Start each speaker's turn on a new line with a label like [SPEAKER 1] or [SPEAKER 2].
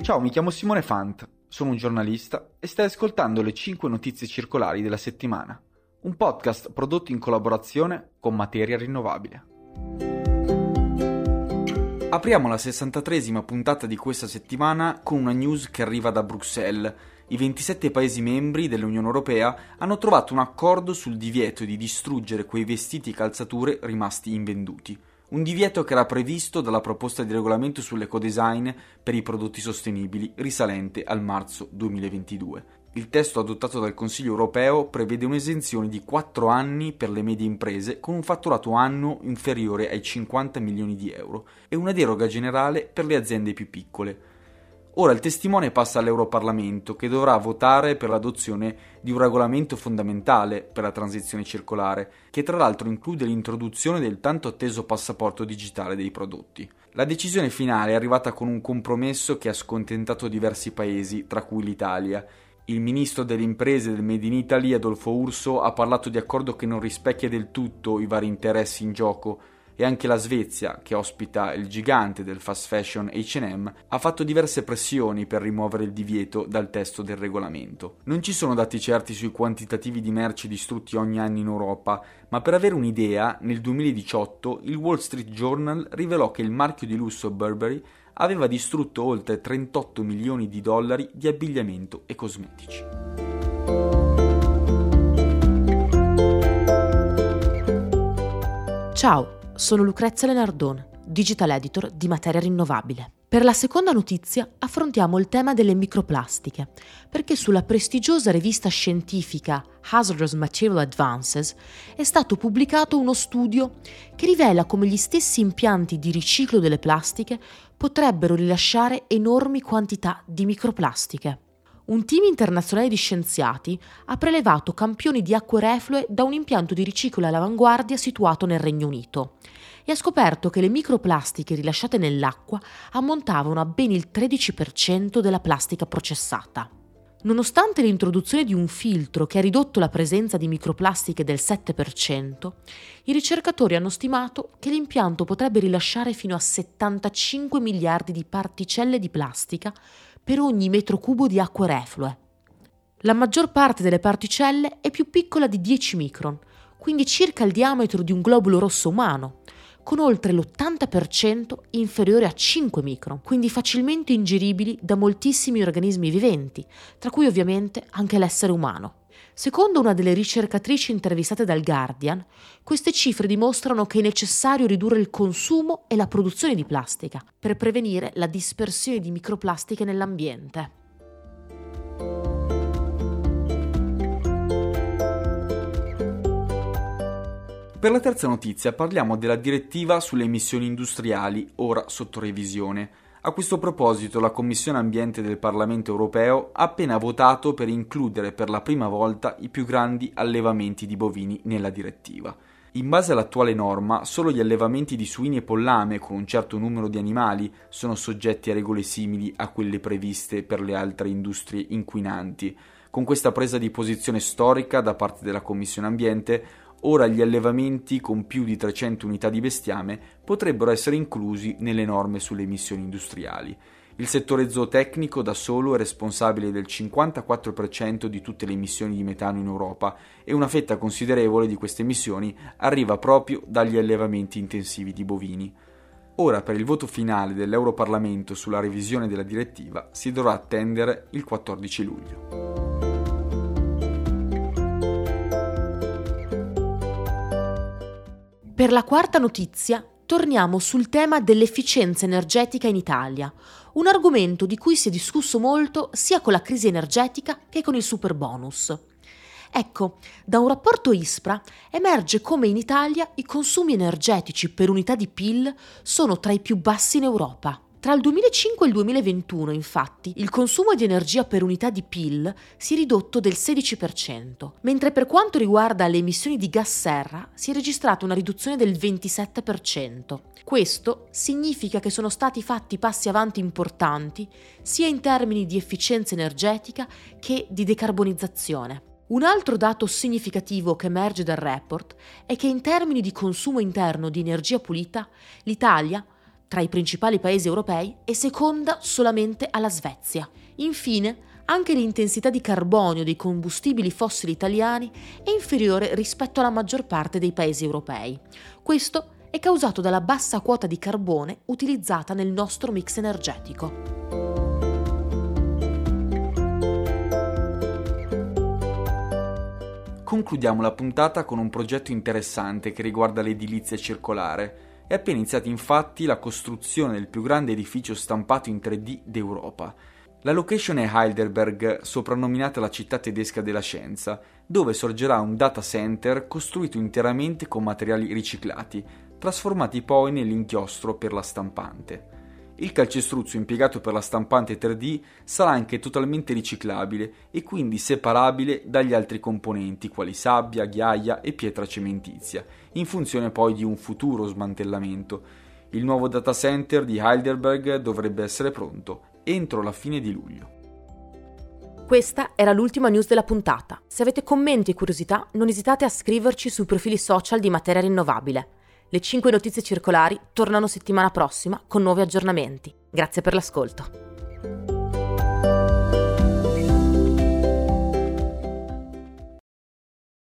[SPEAKER 1] Ciao, mi chiamo Simone Fant, sono un giornalista e stai ascoltando le 5 notizie circolari della settimana, un podcast prodotto in collaborazione con Materia Rinnovabile. Apriamo la 63esima puntata di questa settimana con una news che arriva da Bruxelles. I 27 Paesi membri dell'Unione Europea hanno trovato un accordo sul divieto di distruggere quei vestiti e calzature rimasti invenduti. Un divieto che era previsto dalla proposta di regolamento sull'ecodesign per i prodotti sostenibili risalente al marzo 2022. Il testo adottato dal Consiglio europeo prevede un'esenzione di 4 anni per le medie imprese con un fatturato annuo inferiore ai 50 milioni di euro e una deroga generale per le aziende più piccole. Ora il testimone passa all'Europarlamento, che dovrà votare per l'adozione di un regolamento fondamentale per la transizione circolare, che tra l'altro include l'introduzione del tanto atteso passaporto digitale dei prodotti. La decisione finale è arrivata con un compromesso che ha scontentato diversi paesi, tra cui l'Italia. Il ministro delle imprese del Made in Italy, Adolfo Urso, ha parlato di accordo che non rispecchia del tutto i vari interessi in gioco, e anche la Svezia, che ospita il gigante del fast fashion H&M, ha fatto diverse pressioni per rimuovere il divieto dal testo del regolamento. Non ci sono dati certi sui quantitativi di merci distrutti ogni anno in Europa, ma per avere un'idea, nel 2018 il Wall Street Journal rivelò che il marchio di lusso Burberry aveva distrutto oltre 38 milioni di dollari di abbigliamento e cosmetici.
[SPEAKER 2] Ciao! Sono Lucrezia Lenardon, digital editor di Materia Rinnovabile. Per la seconda notizia affrontiamo il tema delle microplastiche, perché sulla prestigiosa rivista scientifica Hazardous Material Advances è stato pubblicato uno studio che rivela come gli stessi impianti di riciclo delle plastiche potrebbero rilasciare enormi quantità di microplastiche. Un team internazionale di scienziati ha prelevato campioni di acque reflue da un impianto di riciclo all'avanguardia situato nel Regno Unito e ha scoperto che le microplastiche rilasciate nell'acqua ammontavano a ben il 13% della plastica processata. Nonostante l'introduzione di un filtro che ha ridotto la presenza di microplastiche del 7%, i ricercatori hanno stimato che l'impianto potrebbe rilasciare fino a 75 miliardi di particelle di plastica per ogni metro cubo di acque reflue. La maggior parte delle particelle è più piccola di 10 micron, quindi circa il diametro di un globulo rosso umano, con oltre l'80% inferiore a 5 micron, quindi facilmente ingeribili da moltissimi organismi viventi, tra cui ovviamente anche l'essere umano. Secondo una delle ricercatrici intervistate dal Guardian, queste cifre dimostrano che è necessario ridurre il consumo e la produzione di plastica per prevenire la dispersione di microplastiche nell'ambiente.
[SPEAKER 1] Per la terza notizia parliamo della direttiva sulle emissioni industriali, ora sotto revisione. A questo proposito la Commissione Ambiente del Parlamento Europeo ha appena votato per includere per la prima volta i più grandi allevamenti di bovini nella direttiva. In base all'attuale norma, solo gli allevamenti di suini e pollame con un certo numero di animali sono soggetti a regole simili a quelle previste per le altre industrie inquinanti. Con questa presa di posizione storica da parte della Commissione Ambiente, ora gli allevamenti con più di 300 unità di bestiame potrebbero essere inclusi nelle norme sulle emissioni industriali. Il settore zootecnico da solo è responsabile del 54% di tutte le emissioni di metano in Europa e una fetta considerevole di queste emissioni arriva proprio dagli allevamenti intensivi di bovini. Ora per il voto finale dell'Europarlamento sulla revisione della direttiva si dovrà attendere il 14 luglio.
[SPEAKER 2] Per la quarta notizia torniamo sul tema dell'efficienza energetica in Italia, un argomento di cui si è discusso molto sia con la crisi energetica che con il superbonus. Ecco, da un rapporto ISPRA emerge come in Italia i consumi energetici per unità di PIL sono tra i più bassi in Europa. Tra il 2005 e il 2021, infatti, il consumo di energia per unità di PIL si è ridotto del 16%, mentre per quanto riguarda le emissioni di gas serra si è registrata una riduzione del 27%. Questo significa che sono stati fatti passi avanti importanti sia in termini di efficienza energetica che di decarbonizzazione. Un altro dato significativo che emerge dal report è che in termini di consumo interno di energia pulita, l'Italia tra i principali paesi europei e seconda solamente alla Svezia. Infine, anche l'intensità di carbonio dei combustibili fossili italiani è inferiore rispetto alla maggior parte dei paesi europei. Questo è causato dalla bassa quota di carbone utilizzata nel nostro mix energetico.
[SPEAKER 1] Concludiamo la puntata con un progetto interessante che riguarda l'edilizia circolare. È appena iniziata infatti la costruzione del più grande edificio stampato in 3D d'Europa. La location è Heidelberg, soprannominata la città tedesca della scienza, dove sorgerà un data center costruito interamente con materiali riciclati, trasformati poi nell'inchiostro per la stampante. Il calcestruzzo impiegato per la stampante 3D sarà anche totalmente riciclabile e quindi separabile dagli altri componenti quali sabbia, ghiaia e pietra cementizia, in funzione poi di un futuro smantellamento. Il nuovo data center di Heidelberg dovrebbe essere pronto entro la fine di luglio.
[SPEAKER 2] Questa era l'ultima news della puntata. Se avete commenti e curiosità, non esitate a scriverci sui profili social di Materia Rinnovabile. Le 5 notizie circolari tornano settimana prossima con nuovi aggiornamenti. Grazie per l'ascolto.